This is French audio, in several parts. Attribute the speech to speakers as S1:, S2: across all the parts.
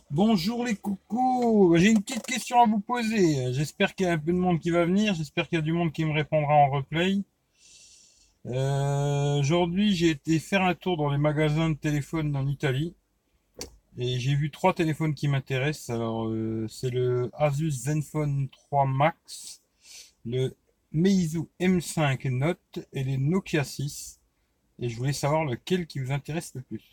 S1: Bonjour les coucous, j'ai une petite question à vous poser. J'espère qu'il y a un peu de monde qui va venir, j'espère qu'il y a du monde qui me répondra en replay. Aujourd'hui, j'ai été faire un tour dans les magasins de téléphones en Italie et j'ai vu trois téléphones qui m'intéressent. C'est le Asus Zenfone 3 Max, le Meizu M5 Note et les Nokia 6. Et je voulais savoir lequel qui vous intéresse le plus.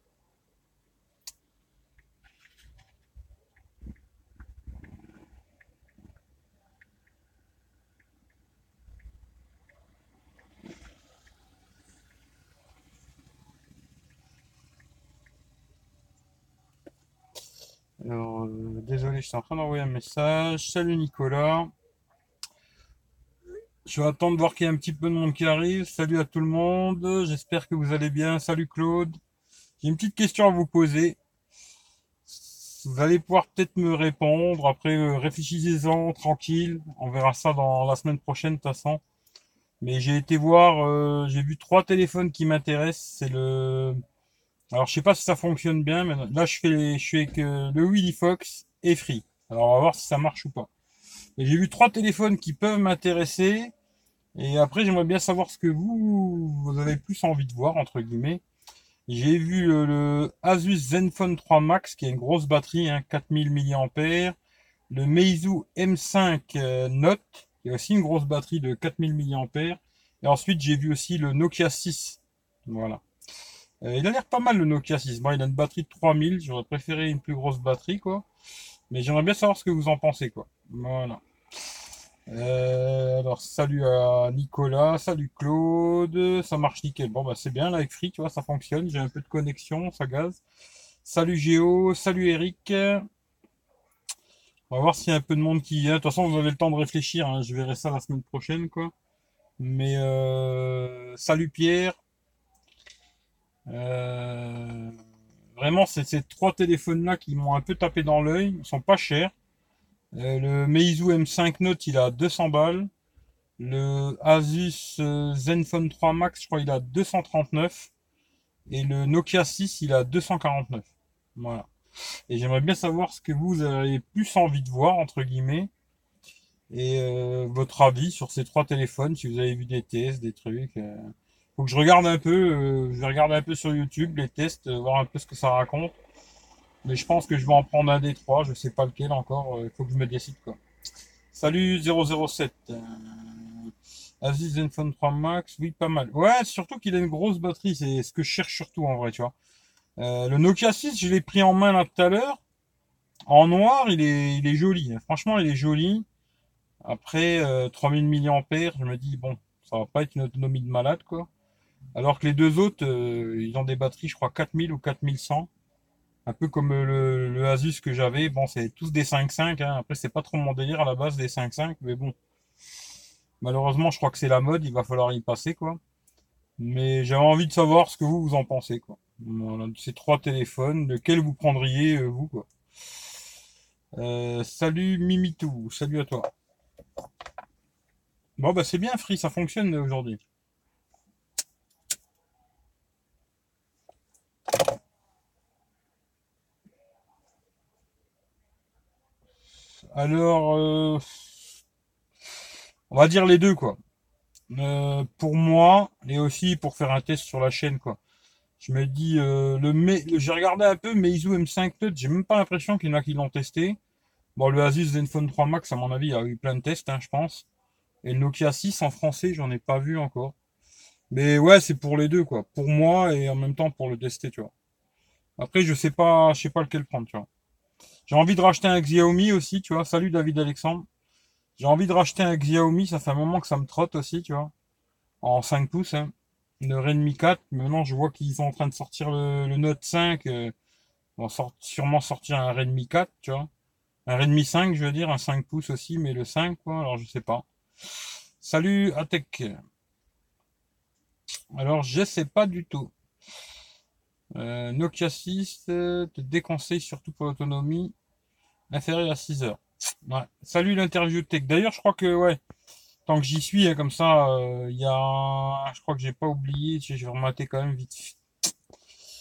S1: Désolé, je suis en train d'envoyer un message. Salut Nicolas. Je vais attendre de voir qu'il y a un petit peu de monde qui arrive. Salut à tout le monde. J'espère que vous allez bien. Salut Claude. J'ai une petite question à vous poser. Vous allez pouvoir peut-être me répondre. Après, réfléchissez-en tranquille. On verra ça dans la semaine prochaine de toute façon. Mais j'ai été voir, j'ai vu trois téléphones qui m'intéressent. Alors je sais pas si ça fonctionne bien, mais là je suis avec le Willy Fox et Free. Alors on va voir si ça marche ou pas. Et j'ai vu trois téléphones qui peuvent m'intéresser. Et après, j'aimerais bien savoir ce que vous avez plus envie de voir, entre guillemets. J'ai vu le Asus Zenfone 3 Max, qui a une grosse batterie, hein, 4000 mAh. Le Meizu M5 Note, qui a aussi une grosse batterie de 4000 mAh. Et ensuite, j'ai vu aussi le Nokia 6. Voilà. Il a l'air pas mal, le Nokia 6. Bon, il a une batterie de 3000. J'aurais préféré une plus grosse batterie, quoi. Mais j'aimerais bien savoir ce que vous en pensez, quoi. Voilà. Alors, salut à Nicolas, salut Claude, ça marche nickel. Bon, bah c'est bien là avec Free, tu vois, ça fonctionne. J'ai un peu de connexion, ça gaz. Salut Géo, salut Eric. On va voir s'il y a un peu de monde qui vient. De toute façon, vous avez le temps de réfléchir, hein. Je verrai ça la semaine prochaine, quoi. Mais salut Pierre. Euh, Vraiment, c'est ces trois téléphones-là qui m'ont un peu tapé dans l'œil. Ils sont pas chers. Le Meizu M5 Note, il a 200 balles. Le Asus Zenfone 3 Max, je crois, il a 239. Et le Nokia 6, il a 249. Voilà. Et j'aimerais bien savoir ce que vous avez plus envie de voir, entre guillemets. Et votre avis sur ces trois téléphones, si vous avez vu des tests, des trucs. Faut que je regarde un peu. Je vais regarder un peu sur YouTube les tests, voir un peu ce que ça raconte. Mais je pense que je vais en prendre un des trois. Je sais pas lequel encore. Il faut que je me décide, quoi. Salut 007. Asus Zenfone 3 Max, oui, pas mal. Ouais, surtout qu'il a une grosse batterie, c'est ce que je cherche surtout en vrai, tu vois. Le Nokia 6, je l'ai pris en main là tout à l'heure. En noir, il est joli. Franchement, il est joli. Après, 3000 mAh, je me dis, bon, ça va pas être une autonomie de malade, quoi. Alors que les deux autres, ils ont des batteries, je crois, 4000 ou 4100. Un peu comme le Asus que j'avais. Bon, c'est tous des 5.5, hein. Après, c'est pas trop mon délire à la base des 5.5, mais bon. Malheureusement, je crois que c'est la mode, il va falloir y passer, quoi. Mais j'avais envie de savoir ce que vous en pensez, quoi. Voilà, de ces trois téléphones, lequel vous prendriez, vous, quoi. Salut Mimitou, salut à toi. Bon, bah c'est bien, Free, ça fonctionne aujourd'hui. Alors, on va dire les deux, quoi. Pour moi, et aussi pour faire un test sur la chaîne, quoi. Je me dis, j'ai regardé un peu Meizu M5 Note, j'ai même pas l'impression qu'il y en a qui l'ont testé. Bon, le Asus Zenfone 3 Max, à mon avis, il y a eu plein de tests, hein, je pense. Et le Nokia 6 en français, j'en ai pas vu encore. Mais ouais, c'est pour les deux, quoi. Pour moi et en même temps pour le tester, tu vois. Après, je sais pas lequel prendre, tu vois. J'ai envie de racheter un Xiaomi aussi, tu vois. Salut David Alexandre. J'ai envie de racheter un Xiaomi, ça fait un moment que ça me trotte aussi, tu vois. En 5 pouces, hein. Le Redmi 4. Maintenant, je vois qu'ils sont en train de sortir le Note 5. Ils vont sûrement sortir un Redmi 4, tu vois. Un Redmi 5, je veux dire, un 5 pouces aussi, mais le 5, quoi. Alors, je sais pas. Salut Atek. Alors, je sais pas du tout. Nokia 6 te déconseille surtout pour l'autonomie inférieure à 6 heures. Ouais. Salut l'interview tech. D'ailleurs, je crois que ouais, tant que j'y suis, hein, comme ça, je crois que j'ai pas oublié. Je vais remater quand même vite.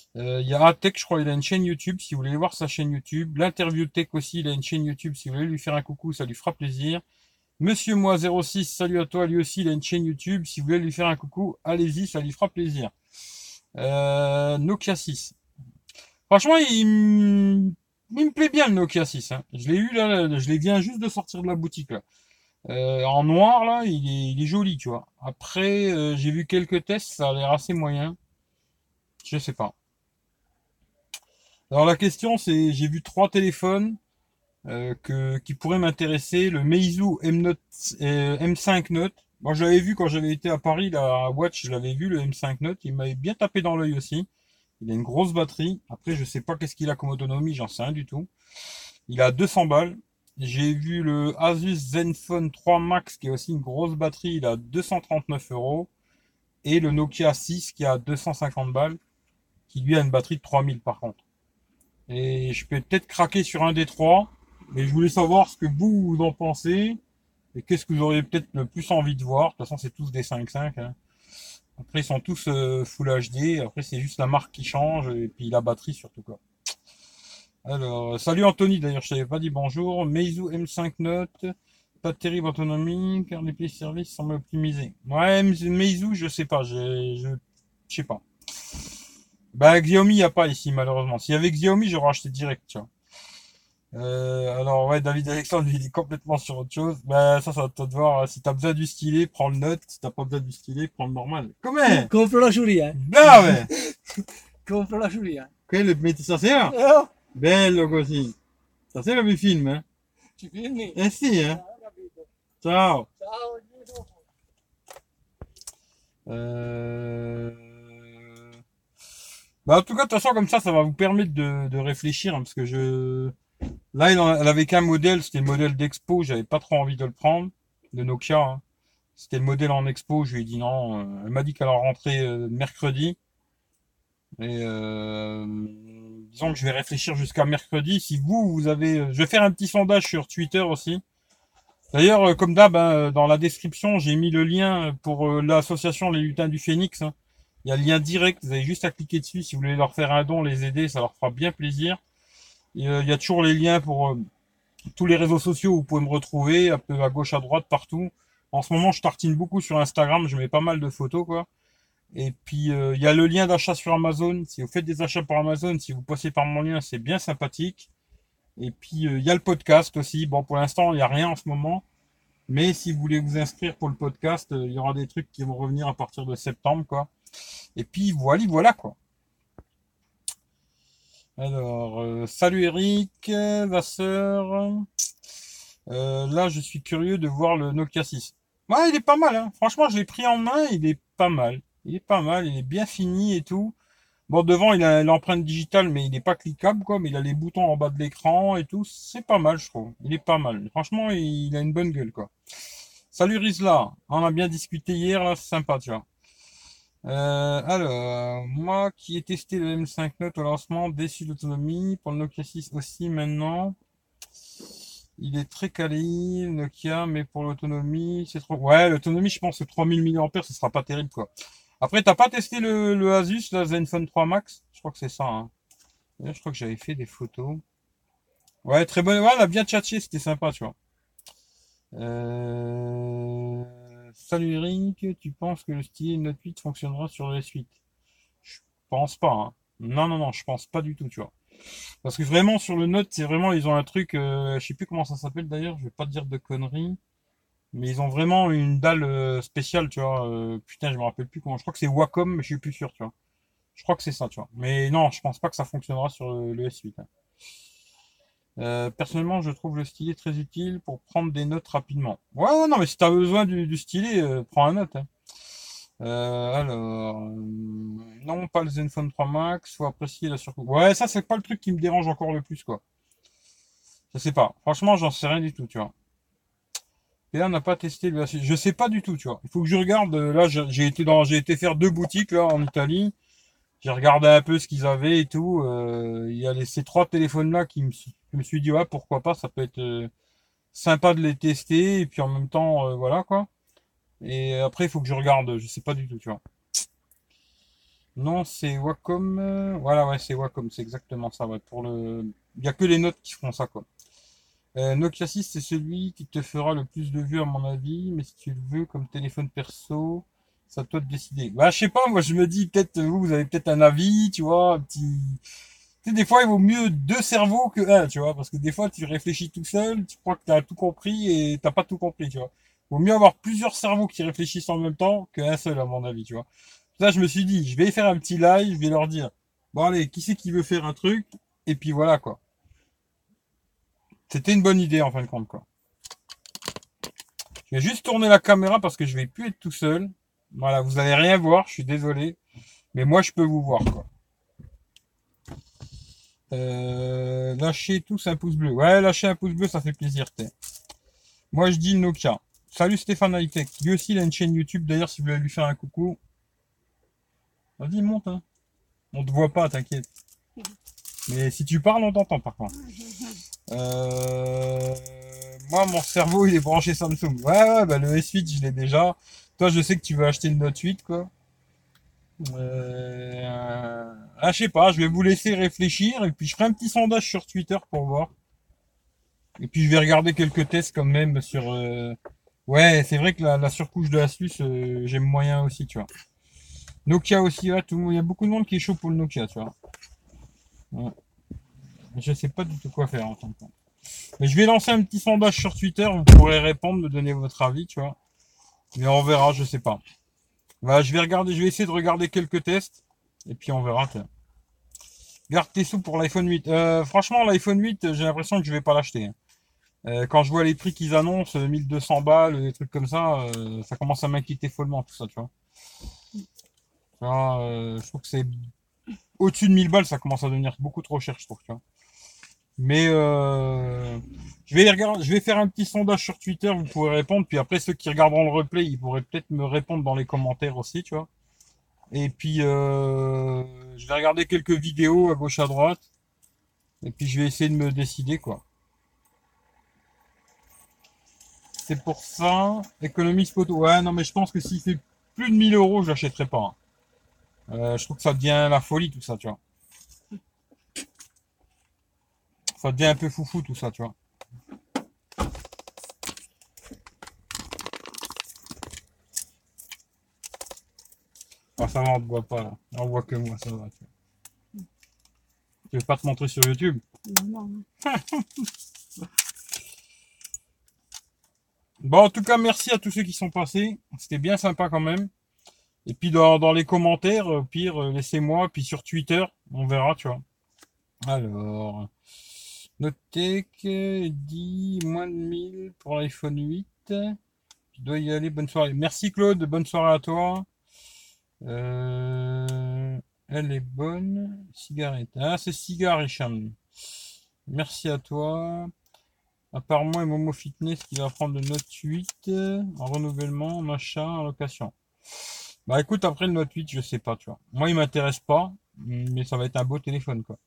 S1: Il y a Atech, je crois, il a une chaîne YouTube, si vous voulez voir sa chaîne YouTube. L'Interview Tech aussi, il a une chaîne YouTube, si vous voulez lui faire un coucou, ça lui fera plaisir. Monsieur Moi 06, salut à toi, lui aussi, il a une chaîne YouTube, si vous voulez lui faire un coucou, allez-y, ça lui fera plaisir. Nokia 6. Franchement, il me plaît bien le Nokia 6. Hein. Je l'ai eu là, je l'ai viens juste de sortir de la boutique là. En noir là, il est joli, tu vois. Après, j'ai vu quelques tests, ça a l'air assez moyen. Je sais pas. Alors la question c'est, j'ai vu trois téléphones qui pourraient m'intéresser. Le Meizu M5 Note. Moi je l'avais vu quand j'avais été à Paris, là, à Watch, je l'avais vu le M5 Note. Il m'avait bien tapé dans l'œil aussi. Il a une grosse batterie. Après je sais pas qu'est-ce qu'il a comme autonomie, j'en sais rien du tout. Il a 200 balles. J'ai vu le Asus Zenfone 3 Max qui a aussi une grosse batterie, il a 239 euros. Et le Nokia 6 qui a 250 balles, qui lui a une batterie de 3000 par contre. Et je peux peut-être craquer sur un des trois, mais je voulais savoir ce que vous en pensez et qu'est-ce que vous auriez peut-être le plus envie de voir. De toute façon, c'est tous des 5.5. Hein. Après, ils sont tous Full HD. Après, c'est juste la marque qui change et puis la batterie surtout quoi. Alors, salut Anthony, d'ailleurs, je t'avais pas dit bonjour. Meizu M5 Note, pas de terrible autonomie, car les pièces services semblent optimisés. Ouais, Meizu, je sais pas, je sais pas. Bah, Xiaomi, y a pas ici, malheureusement. S'il y avait Xiaomi, j'aurais acheté direct, tu vois. Alors, ouais, David Alexandre, il est complètement sur autre chose. Bah, ça va te voir. Si t'as besoin du stylet, prends le Note. Si t'as pas besoin du stylet, prends le normal. Comment?
S2: Compro la giuria.
S1: Là, ouais.
S2: Compro la giuria.
S1: Quello, metti stasera?
S2: Oh,
S1: Bello così. Stasera mi film, eh?
S2: ci filmi?
S1: Eh sì, eh?
S2: Ho capito.
S1: Ciao.
S2: Ciao, Gino.
S1: Euh... Bah, en tout cas, de toute façon, comme ça va vous permettre de réfléchir, hein, parce que là, elle avait qu'un modèle, c'était le modèle d'Expo, j'avais pas trop envie de le prendre, de Nokia. Hein. C'était le modèle en Expo, je lui ai dit non. Elle m'a dit qu'elle en rentrait mercredi. Et disons que je vais réfléchir jusqu'à mercredi. Si vous avez, je vais faire un petit sondage sur Twitter aussi. D'ailleurs, comme d'hab, hein, dans la description, j'ai mis le lien pour l'association Les Lutins du Phénix. Hein. Il y a le lien direct, vous avez juste à cliquer dessus si vous voulez leur faire un don, les aider, ça leur fera bien plaisir. Et, il y a toujours les liens pour tous les réseaux sociaux où vous pouvez me retrouver, un peu à gauche, à droite, partout. En ce moment, je tartine beaucoup sur Instagram, je mets pas mal de photos, quoi. Et puis, il y a le lien d'achat sur Amazon. Si vous faites des achats par Amazon, si vous passez par mon lien, c'est bien sympathique. Et puis, il y a le podcast aussi. Bon, pour l'instant, il n'y a rien en ce moment. Mais si vous voulez vous inscrire pour le podcast, il y aura des trucs qui vont revenir à partir de septembre, quoi. Et puis, voilà, quoi. Alors, salut Eric, Vasseur. Là, je suis curieux de voir le Nokia 6. Ouais, il est pas mal, hein. Franchement, je l'ai pris en main, il est pas mal. Il est pas mal, il est bien fini et tout. Bon, devant, il a l'empreinte digitale, mais il n'est pas cliquable, quoi. Mais il a les boutons en bas de l'écran et tout. C'est pas mal, je trouve. Il est pas mal. Franchement, il a une bonne gueule, quoi. Salut Rizla. On a bien discuté hier, là, c'est sympa, tu vois. Alors, moi qui ai testé le M5 Note au lancement, déçu d'autonomie. Pour le Nokia 6 aussi, maintenant. Il est très quali, Nokia, mais pour l'autonomie, c'est trop. Ouais, l'autonomie, je pense que 3000 mAh, ce sera pas terrible, quoi. Après, t'as pas testé le Asus, la Zenfone 3 Max? Je crois que c'est ça, hein. D'ailleurs, je crois que j'avais fait des photos. Ouais, très bonne. Ouais, elle a bien tchatché, c'était sympa, tu vois. Salut Eric, tu penses que le stylet Note 8 fonctionnera sur le S8? Je pense pas, hein. Non, non, non, je pense pas du tout, tu vois. Parce que vraiment, sur le Note, c'est vraiment, ils ont un truc, je sais plus comment ça s'appelle d'ailleurs, je vais pas te dire de conneries. Mais ils ont vraiment une dalle spéciale, tu vois. Putain, je me rappelle plus comment. Je crois que c'est Wacom, mais je suis plus sûr, tu vois. Je crois que c'est ça, tu vois. Mais non, je pense pas que ça fonctionnera sur le S8. Hein. Personnellement, je trouve le stylet très utile pour prendre des notes rapidement. Ouais, ouais, non, mais si t'as besoin du stylet, prends un note. Hein. Alors, non, pas le Zenfone 3 Max. Faut apprécier la surcouche. Ouais, ça, c'est pas le truc qui me dérange encore le plus, quoi. Je sais pas. Franchement, j'en sais rien du tout, tu vois. Et là, on n'a pas testé le je sais pas du tout, tu vois. Il faut que je regarde. Là, j'ai été faire deux boutiques là en Italie. J'ai regardé un peu ce qu'ils avaient et tout. Il y a ces trois téléphones là je me suis dit ouais pourquoi pas, ça peut être sympa de les tester et puis en même temps voilà quoi. Et après il faut que je regarde. Je sais pas du tout, tu vois. Non, c'est Wacom. Voilà, ouais, c'est Wacom, c'est exactement ça. Ouais, pour le... Il n'y a que les notes qui feront ça, quoi. Nokia 6, c'est celui qui te fera le plus de vues, à mon avis. Mais si tu le veux comme téléphone perso, c'est à toi de décider. Bah, je sais pas, moi, je me dis, peut-être, vous avez peut-être un avis, tu vois, un petit. Tu sais, des fois, il vaut mieux deux cerveaux que un, tu vois, parce que des fois, tu réfléchis tout seul, tu crois que tu as tout compris et t'as pas tout compris, tu vois. Vaut mieux avoir plusieurs cerveaux qui réfléchissent en même temps qu'un seul, à mon avis, tu vois. Là, je me suis dit, je vais faire un petit live, je vais leur dire, bon, allez, qui c'est qui veut faire un truc? Et puis voilà, quoi. C'était une bonne idée, en fin de compte, quoi. Je vais juste tourner la caméra parce que je vais plus être tout seul. Voilà, vous allez rien voir, je suis désolé. Mais moi, je peux vous voir, quoi. Lâchez tous un pouce bleu. Ouais, lâchez un pouce bleu, ça fait plaisir, t'es. Moi, je dis Nokia. Salut Stéphane Hightech. Lui aussi, il a une chaîne YouTube. D'ailleurs, si vous voulez lui faire un coucou, vas-y, monte, hein. On te voit pas, t'inquiète. Mais si tu parles, on t'entend par contre. Euh, Moi, mon cerveau, il est branché Samsung. Ouais, ouais, bah, le S8, je l'ai déjà. Toi, je sais que tu veux acheter une Note 8, quoi. Ah, je sais pas, je vais vous laisser réfléchir et puis je ferai un petit sondage sur Twitter pour voir. Et puis je vais regarder quelques tests quand même sur. Ouais, c'est vrai que la surcouche de Asus, j'aime moyen aussi, tu vois. Nokia aussi, ouais, il y a beaucoup de monde qui est chaud pour le Nokia, tu vois. Ouais. Je sais pas du tout quoi faire en tant que. Mais je vais lancer un petit sondage sur Twitter, vous pourrez répondre, me donner votre avis, tu vois. Mais on verra, je sais pas. Voilà, je vais regarder, je vais essayer de regarder quelques tests et puis on verra. Tiens. Garde tes sous pour l'iPhone 8. Franchement, l'iPhone 8, j'ai l'impression que je vais pas l'acheter, hein. Quand je vois les prix qu'ils annoncent, 1200 balles, des trucs comme ça commence à m'inquiéter follement tout ça, tu vois. Tu vois, je trouve que c'est au-dessus de 1000 balles, ça commence à devenir beaucoup trop cher, je trouve, tu vois. Mais je vais faire un petit sondage sur Twitter, vous pourrez répondre, puis après ceux qui regarderont le replay, ils pourraient peut-être me répondre dans les commentaires aussi, tu vois. Et puis je vais regarder quelques vidéos à gauche à droite, et puis je vais essayer de me décider, quoi. C'est pour ça. Économie photo. Ouais, non, mais je pense que s'il fait plus de 1000 euros, je l'achèterai pas, hein. Je trouve que ça devient la folie, tout ça, tu vois. Ça devient un peu foufou, tout ça, tu vois. Ah, ça va, on ne voit pas, là. On voit que moi, ça va, tu vois. Je vais pas te montrer sur YouTube.
S2: Non, non.
S1: Bon, en tout cas, merci à tous ceux qui sont passés. C'était bien sympa quand même. Et puis dans les commentaires, au pire, laissez-moi. Puis sur Twitter, on verra, tu vois. Alors, Notech dit moins de 1000 pour l'iPhone 8. Je dois y aller, bonne soirée. Merci Claude, bonne soirée à toi. Elle est bonne. Cigarette. Ah, c'est cigare, Hicham. Merci à toi. Apparemment, et Momo Fitness qui va prendre le Note 8 en renouvellement, machin, en location. Bah écoute, après le Note 8, je sais pas, tu vois. Moi, il m'intéresse pas, mais ça va être un beau téléphone, quoi.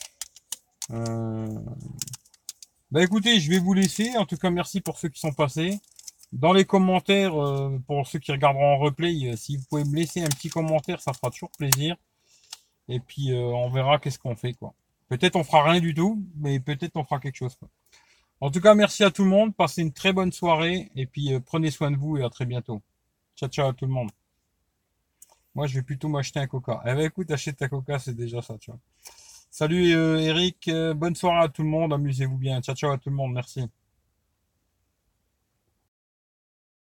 S1: Euh, Bah écoutez, je vais vous laisser. En tout cas, merci pour ceux qui sont passés. Dans les commentaires, pour ceux qui regarderont en replay, si vous pouvez me laisser un petit commentaire, ça fera toujours plaisir. Et puis, on verra qu'est-ce qu'on fait, quoi. Peut-être on fera rien du tout, mais peut-être on fera quelque chose, quoi. En tout cas, merci à tout le monde. Passez une très bonne soirée. Et puis, prenez soin de vous et à très bientôt. Ciao, ciao à tout le monde. Moi, je vais plutôt m'acheter un coca. Eh ben, écoute, achète ta coca, c'est déjà ça, tu vois. Salut Eric, bonne soirée à tout le monde. Amusez-vous bien. Ciao, ciao à tout le monde. Merci.